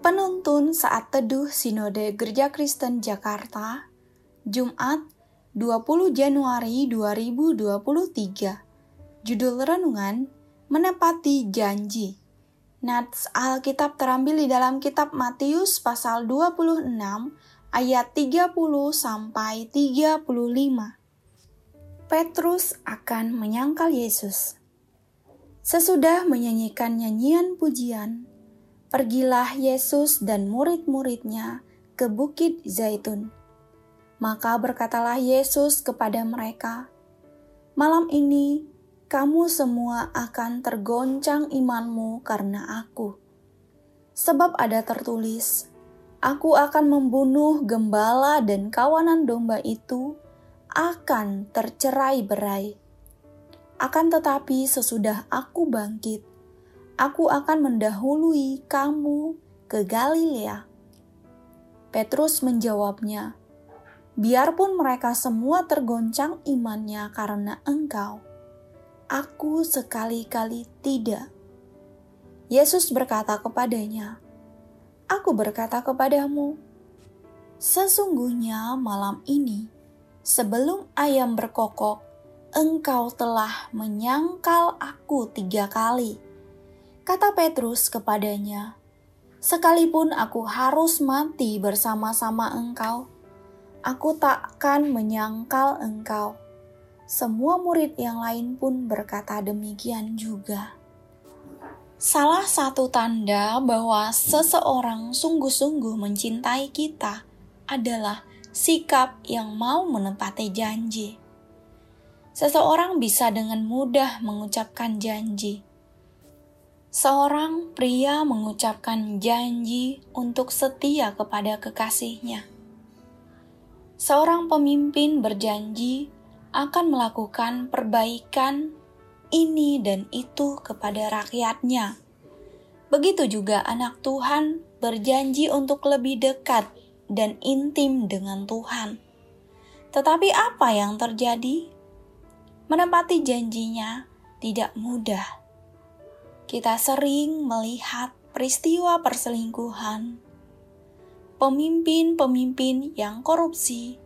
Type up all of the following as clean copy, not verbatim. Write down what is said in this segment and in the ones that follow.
Penuntun saat teduh Sinode Gereja Kristen Jakarta, Jumat 20 Januari 2023. Judul renungan, Menepati Janji. Nats Alkitab terambil di dalam kitab Matius pasal 26 ayat 30 sampai 35. Petrus akan menyangkal Yesus. Sesudah menyanyikan nyanyian pujian, pergilah Yesus dan murid-muridnya ke Bukit Zaitun. Maka berkatalah Yesus kepada mereka, "Malam ini kamu semua akan tergoncang imanmu karena Aku. Sebab ada tertulis, Aku akan membunuh gembala dan kawanan domba itu akan tercerai-berai. Akan tetapi sesudah Aku bangkit, Aku akan mendahului kamu ke Galilea." Petrus menjawabnya, "Biarpun mereka semua tergoncang imannya karena Engkau, Aku sekali-kali tidak." Yesus berkata kepadanya, "Aku berkata kepadamu, sesungguhnya malam ini, sebelum ayam berkokok, engkau telah menyangkal Aku 3 kali. Kata Petrus kepadanya, "Sekalipun aku harus mati bersama-sama engkau, aku takkan menyangkal engkau." Semua murid yang lain pun berkata demikian juga. Salah satu tanda bahwa seseorang sungguh-sungguh mencintai kita adalah sikap yang mau menepati janji. Seseorang bisa dengan mudah mengucapkan janji. Seorang pria mengucapkan janji untuk setia kepada kekasihnya. Seorang pemimpin berjanji akan melakukan perbaikan ini dan itu kepada rakyatnya. Begitu juga anak Tuhan berjanji untuk lebih dekat dan intim dengan Tuhan. Tetapi apa yang terjadi? Menepati janjinya tidak mudah. Kita sering melihat peristiwa perselingkuhan, pemimpin-pemimpin yang korupsi,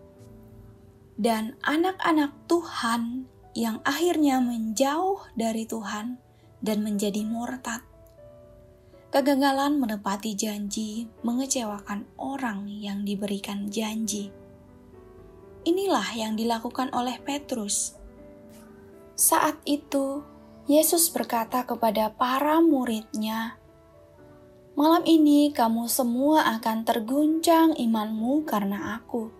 dan anak-anak Tuhan yang akhirnya menjauh dari Tuhan dan menjadi murtad. Kegagalan menepati janji mengecewakan orang yang diberikan janji. Inilah yang dilakukan oleh Petrus. Saat itu, Yesus berkata kepada para murid-Nya, "Malam ini kamu semua akan terguncang imanmu karena Aku."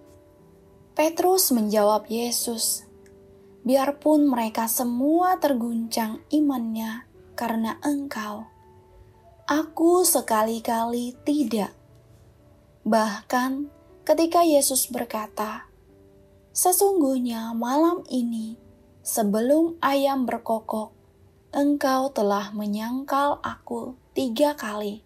Petrus menjawab Yesus, "Biarpun mereka semua terguncang imannya karena Engkau, Aku sekali-kali tidak." Bahkan ketika Yesus berkata, "Sesungguhnya malam ini, sebelum ayam berkokok, engkau telah menyangkal Aku 3 kali."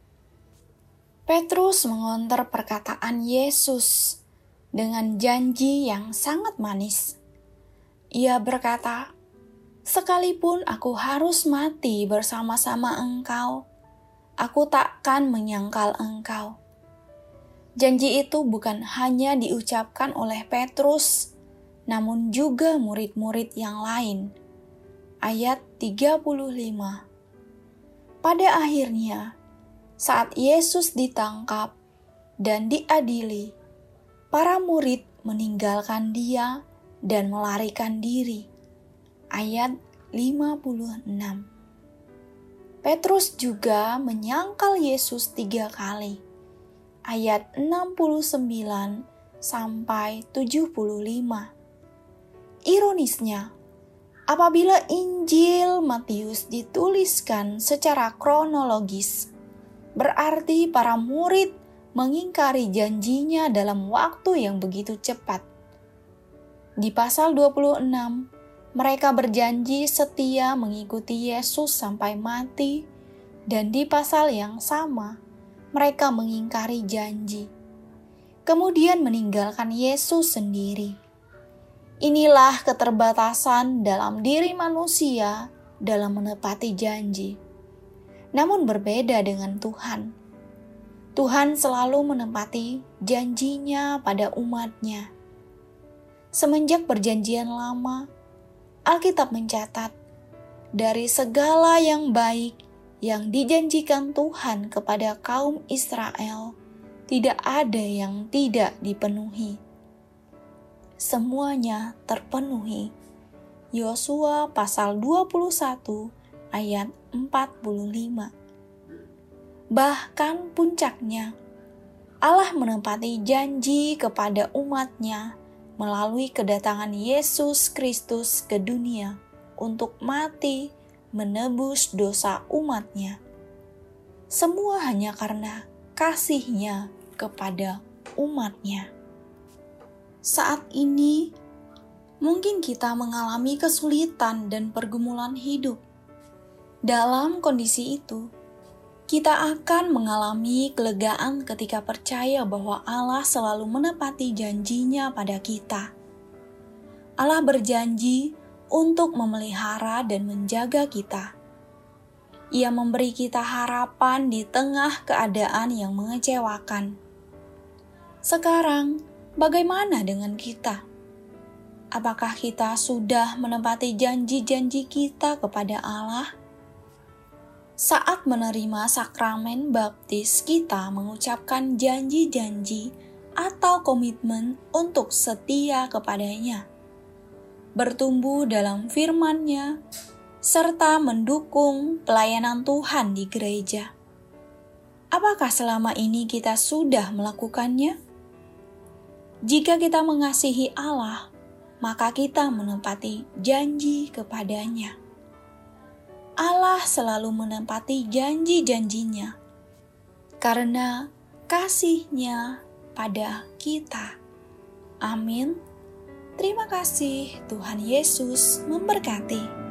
Petrus mengonter perkataan Yesus dengan janji yang sangat manis. Ia berkata, "Sekalipun aku harus mati bersama-sama engkau, aku takkan menyangkal engkau." Janji itu bukan hanya diucapkan oleh Petrus, namun juga murid-murid yang lain. Ayat 35. Pada akhirnya, saat Yesus ditangkap dan diadili, para murid meninggalkan Dia dan melarikan diri. Ayat 56. Petrus juga menyangkal Yesus 3 kali. Ayat 69 sampai 75. Ironisnya, apabila Injil Matius dituliskan secara kronologis, berarti para murid mengingkari janjinya dalam waktu yang begitu cepat. Di pasal 26, mereka berjanji setia mengikuti Yesus sampai mati, dan di pasal yang sama, mereka mengingkari janji, kemudian meninggalkan Yesus sendiri. Inilah keterbatasan dalam diri manusia dalam menepati janji. Namun berbeda dengan Tuhan. Tuhan selalu menepati janjinya pada umat-Nya. Semenjak perjanjian lama, Alkitab mencatat, dari segala yang baik yang dijanjikan Tuhan kepada kaum Israel, tidak ada yang tidak dipenuhi. Semuanya terpenuhi. Yosua pasal 21 ayat 45. Bahkan puncaknya, Allah menepati janji kepada umat-Nya melalui kedatangan Yesus Kristus ke dunia untuk mati menebus dosa umat-Nya. Semua hanya karena kasih-Nya kepada umat-Nya. Saat ini, mungkin kita mengalami kesulitan dan pergumulan hidup. Dalam kondisi itu, kita akan mengalami kelegaan ketika percaya bahwa Allah selalu menepati janjinya pada kita. Allah berjanji untuk memelihara dan menjaga kita. Ia memberi kita harapan di tengah keadaan yang mengecewakan. Sekarang, bagaimana dengan kita? Apakah kita sudah menepati janji-janji kita kepada Allah? Saat menerima sakramen baptis, kita mengucapkan janji-janji atau komitmen untuk setia kepadanya, bertumbuh dalam firman-Nya, serta mendukung pelayanan Tuhan di gereja. Apakah selama ini kita sudah melakukannya? Jika kita mengasihi Allah, maka kita menepati janji kepadanya. Allah selalu menepati janji-janjinya karena kasih-Nya pada kita. Amin. Terima kasih, Tuhan Yesus memberkati.